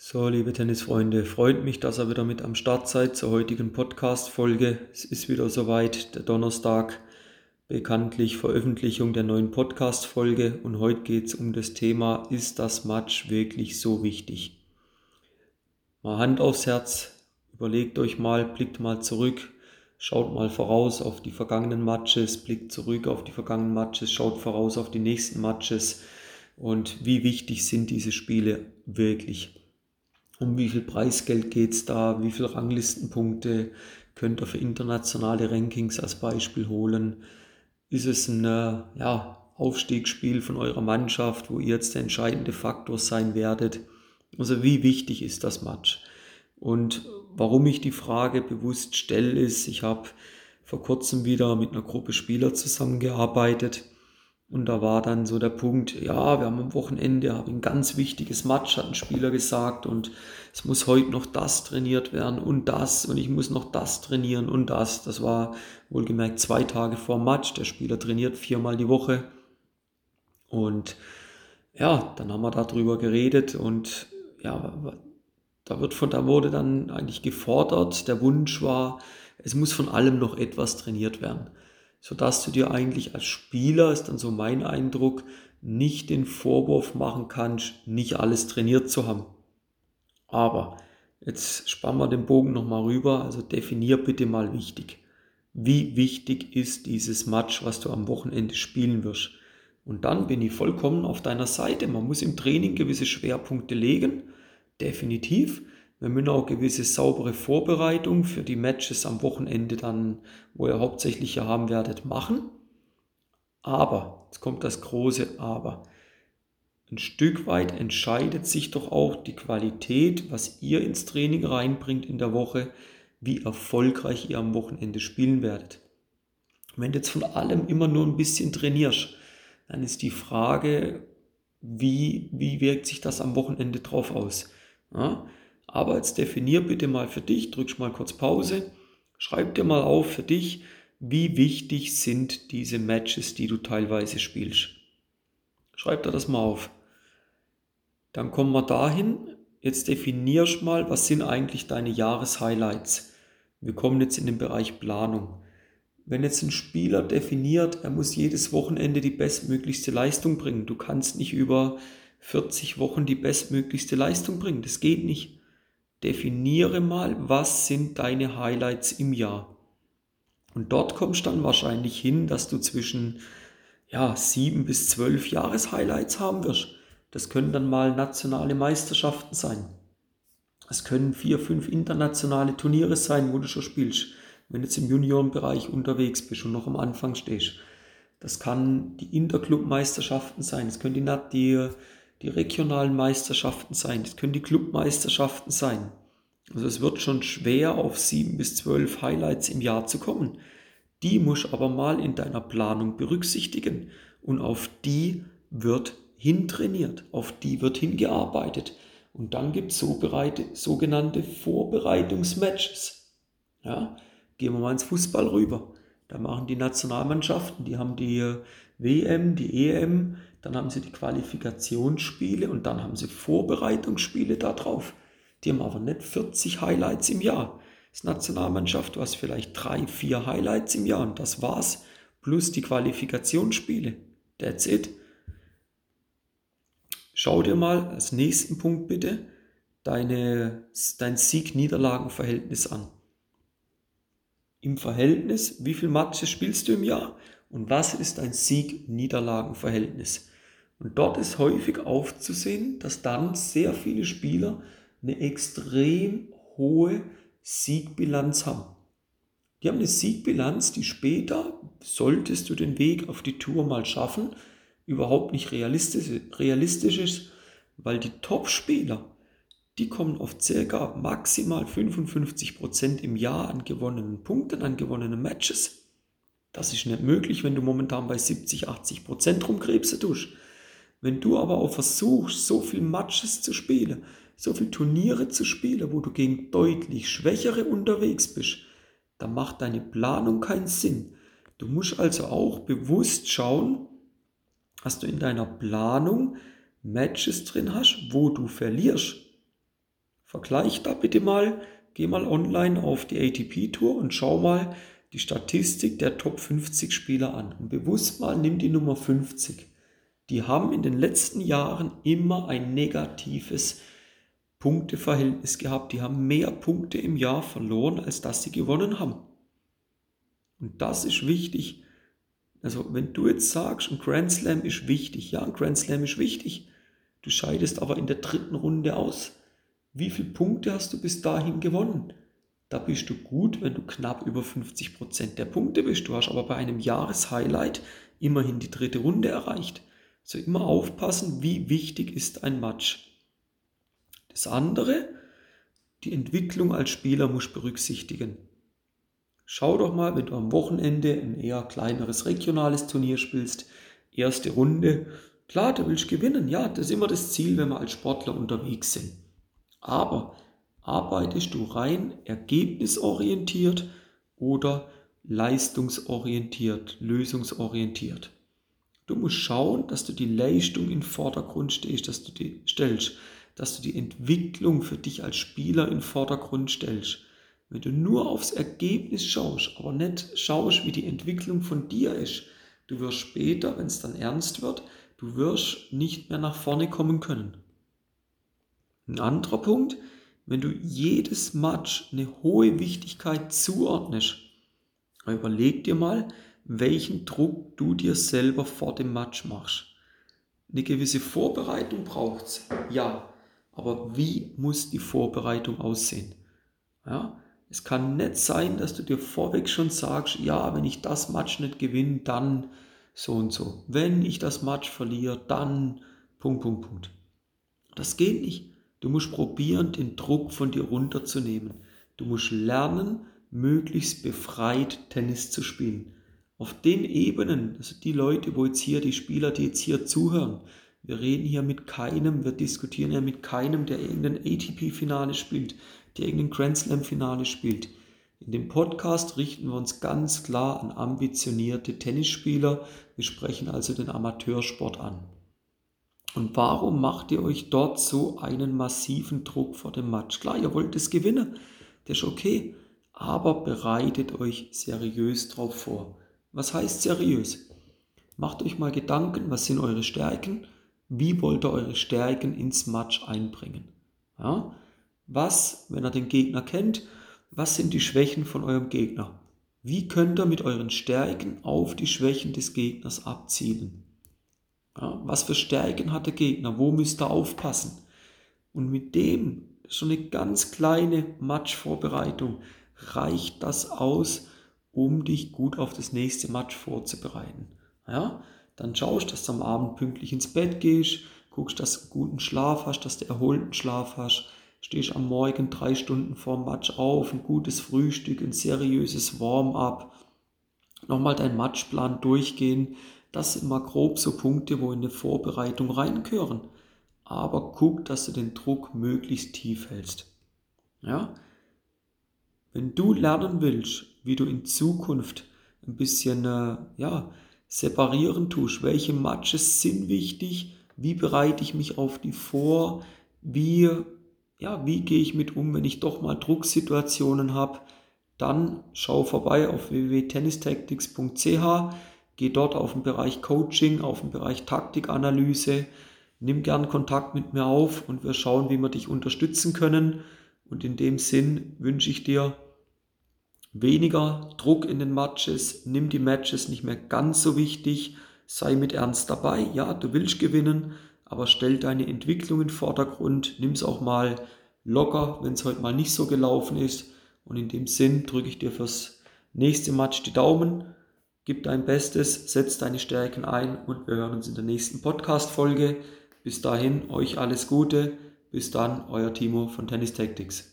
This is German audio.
So, liebe Tennisfreunde, freut mich, dass ihr wieder mit am Start seid zur heutigen Podcast-Folge. Es ist wieder soweit, der Donnerstag, bekanntlich Veröffentlichung der neuen Podcast-Folge. Und heute geht es um das Thema, ist das Match wirklich so wichtig? Mal Hand aufs Herz, überlegt euch mal, blickt mal zurück, schaut mal voraus auf die vergangenen Matches, blickt zurück auf die vergangenen Matches, schaut voraus auf die nächsten Matches. Und wie wichtig sind diese Spiele wirklich? Um wie viel Preisgeld geht es da? Wie viele Ranglistenpunkte könnt ihr für internationale Rankings als Beispiel holen? Ist es ein Aufstiegsspiel von eurer Mannschaft, wo ihr jetzt der entscheidende Faktor sein werdet? Also wie wichtig ist das Match? Und warum ich die Frage bewusst stelle, ist, ich habe vor kurzem wieder mit einer Gruppe Spieler zusammengearbeitet. Und da war dann so der Punkt, ja, wir haben am Wochenende ein ganz wichtiges Match, hat ein Spieler gesagt, und es muss heute noch das trainiert werden und ich muss noch das trainieren und das. Das war wohlgemerkt 2 Tage vor dem Match. Der Spieler trainiert 4-mal die Woche. Und ja, dann haben wir darüber geredet und ja, da wurde dann eigentlich gefordert, der Wunsch war, es muss von allem noch etwas trainiert werden, sodass du dir eigentlich als Spieler, ist dann so mein Eindruck, nicht den Vorwurf machen kannst, nicht alles trainiert zu haben. Aber jetzt spannen wir den Bogen nochmal rüber, also definier bitte mal wichtig. Wie wichtig ist dieses Match, was du am Wochenende spielen wirst? Und dann bin ich vollkommen auf deiner Seite. Man muss im Training gewisse Schwerpunkte legen, definitiv. Wir müssen auch gewisse saubere Vorbereitung für die Matches am Wochenende dann, wo ihr hauptsächlich ja haben werdet, machen. Aber, jetzt kommt das große Aber. Ein Stück weit entscheidet sich doch auch die Qualität, was ihr ins Training reinbringt in der Woche, wie erfolgreich ihr am Wochenende spielen werdet. Wenn du jetzt von allem immer nur ein bisschen trainierst, dann ist die Frage, wie wirkt sich das am Wochenende drauf aus? Ja? Aber jetzt definier bitte mal für dich, drückst mal kurz Pause, schreib dir mal auf für dich, wie wichtig sind diese Matches, die du teilweise spielst. Schreib dir das mal auf. Dann kommen wir dahin, jetzt definierst mal, was sind eigentlich deine Jahreshighlights. Wir kommen jetzt in den Bereich Planung. Wenn jetzt ein Spieler definiert, er muss jedes Wochenende die bestmöglichste Leistung bringen, du kannst nicht über 40 Wochen die bestmöglichste Leistung bringen, das geht nicht. Definiere mal, was sind deine Highlights im Jahr. Und dort kommst du dann wahrscheinlich hin, dass du zwischen 7 bis 12 Jahreshighlights haben wirst. Das können dann mal nationale Meisterschaften sein. Es können 4, 5 internationale Turniere sein, wo du schon spielst, wenn du jetzt im Juniorenbereich unterwegs bist und noch am Anfang stehst. Das kann die Interclub-Meisterschaften sein, das können die regionalen Meisterschaften sein, das können die Clubmeisterschaften sein. Also es wird schon schwer, auf 7 bis 12 Highlights im Jahr zu kommen. Die musst du aber mal in deiner Planung berücksichtigen und auf die wird hintrainiert, auf die wird hingearbeitet. Und dann gibt es sogenannte Vorbereitungsmatches. Ja, gehen wir mal ins Fußball rüber. Da machen die Nationalmannschaften, die haben die WM, die EM, dann haben sie die Qualifikationsspiele und dann haben sie Vorbereitungsspiele darauf. Die haben aber nicht 40 Highlights im Jahr. Das Nationalmannschaft, du hast vielleicht 3, 4 Highlights im Jahr und das war's. Plus die Qualifikationsspiele. That's it. Schau dir mal als nächsten Punkt bitte dein Sieg-Niederlagen-Verhältnis an. Im Verhältnis, wie viele Matches spielst du im Jahr und was ist dein Sieg-Niederlagen-Verhältnis? Und dort ist häufig aufzusehen, dass dann sehr viele Spieler eine extrem hohe Siegbilanz haben. Die haben eine Siegbilanz, die später, solltest du den Weg auf die Tour mal schaffen, überhaupt nicht realistisch ist, weil die Top-Spieler, die kommen auf ca. maximal 55% im Jahr an gewonnenen Punkten, an gewonnenen Matches. Das ist nicht möglich, wenn du momentan bei 70-80% rumkrebsen tust. Wenn du aber auch versuchst, so viele Matches zu spielen, so viele Turniere zu spielen, wo du gegen deutlich Schwächere unterwegs bist, dann macht deine Planung keinen Sinn. Du musst also auch bewusst schauen, dass du in deiner Planung Matches drin hast, wo du verlierst. Vergleich da bitte mal, geh mal online auf die ATP-Tour und schau mal die Statistik der Top 50 Spieler an. Und bewusst mal nimm die Nummer 50. Die haben in den letzten Jahren immer ein negatives Punkteverhältnis gehabt. Die haben mehr Punkte im Jahr verloren, als dass sie gewonnen haben. Und das ist wichtig. Also wenn du jetzt sagst, ein Grand Slam ist wichtig, ja, ein Grand Slam ist wichtig. Du scheidest aber in der 3. Runde aus. Wie viele Punkte hast du bis dahin gewonnen? Da bist du gut, wenn du knapp über 50% der Punkte bist. Du hast aber bei einem Jahreshighlight immerhin die 3. Runde erreicht. Also immer aufpassen, wie wichtig ist ein Match. Das andere, die Entwicklung als Spieler musst du berücksichtigen. Schau doch mal, wenn du am Wochenende ein eher kleineres regionales Turnier spielst, erste Runde, klar, du willst gewinnen, ja, das ist immer das Ziel, wenn wir als Sportler unterwegs sind. Aber arbeitest du rein ergebnisorientiert oder leistungsorientiert, lösungsorientiert? Du musst schauen, dass du die Leistung in den Vordergrund stellst, dass du die Entwicklung für dich als Spieler in den Vordergrund stellst. Wenn du nur aufs Ergebnis schaust, aber nicht schaust, wie die Entwicklung von dir ist, du wirst später, wenn es dann ernst wird, du wirst nicht mehr nach vorne kommen können. Ein anderer Punkt, wenn du jedes Match eine hohe Wichtigkeit zuordnest, überleg dir mal, welchen Druck du dir selber vor dem Match machst. Eine gewisse Vorbereitung braucht es, ja, aber wie muss die Vorbereitung aussehen? Ja, es kann nicht sein, dass du dir vorweg schon sagst, ja, wenn ich das Match nicht gewinne, dann so und so. Wenn ich das Match verliere, dann ... Das geht nicht. Du musst probieren, den Druck von dir runterzunehmen. Du musst lernen, möglichst befreit Tennis zu spielen. Auf den Ebenen, also die Leute, die Spieler, die jetzt hier zuhören, wir reden hier mit keinem, wir diskutieren ja mit keinem, der irgendein ATP-Finale spielt, der irgendein Grand Slam-Finale spielt. In dem Podcast richten wir uns ganz klar an ambitionierte Tennisspieler. Wir sprechen also den Amateursport an. Und warum macht ihr euch dort so einen massiven Druck vor dem Match? Klar, ihr wollt es gewinnen, das ist okay, aber bereitet euch seriös drauf vor. Was heißt seriös? Macht euch mal Gedanken, was sind eure Stärken? Wie wollt ihr eure Stärken ins Match einbringen? Ja? Was, wenn ihr den Gegner kennt, was sind die Schwächen von eurem Gegner? Wie könnt ihr mit euren Stärken auf die Schwächen des Gegners abzielen? Ja, was für Stärken hat der Gegner? Wo müsst ihr aufpassen? Und mit dem, schon eine ganz kleine Matchvorbereitung, reicht das aus, um dich gut auf das nächste Match vorzubereiten. Ja, dann schaust, dass du am Abend pünktlich ins Bett gehst, guckst, dass du einen guten Schlaf hast, dass du erholten Schlaf hast, stehst am Morgen 3 Stunden vor dem Match auf, ein gutes Frühstück, ein seriöses Warm-up, nochmal deinen Matchplan durchgehen. Das sind mal grob so Punkte, wo in eine Vorbereitung reingehören. Aber guck, dass du den Druck möglichst tief hältst. Ja? Wenn du lernen willst, wie du in Zukunft ein bisschen separieren tust, welche Matches sind wichtig, wie bereite ich mich auf die vor, wie gehe ich mit um, wenn ich doch mal Drucksituationen habe, dann schau vorbei auf www.tennistactics.ch. Geh dort auf den Bereich Coaching, auf den Bereich Taktikanalyse, nimm gern Kontakt mit mir auf und wir schauen, wie wir dich unterstützen können. Und in dem Sinn wünsche ich dir weniger Druck in den Matches, nimm die Matches nicht mehr ganz so wichtig, sei mit Ernst dabei. Ja, du willst gewinnen, aber stell deine Entwicklung in den Vordergrund, nimm es auch mal locker, wenn es heute mal nicht so gelaufen ist. Und in dem Sinn drücke ich dir fürs nächste Match die Daumen. Gib dein Bestes, setz deine Stärken ein und wir hören uns in der nächsten Podcast-Folge. Bis dahin, euch alles Gute. Bis dann, euer Timo von Tennis Tactics.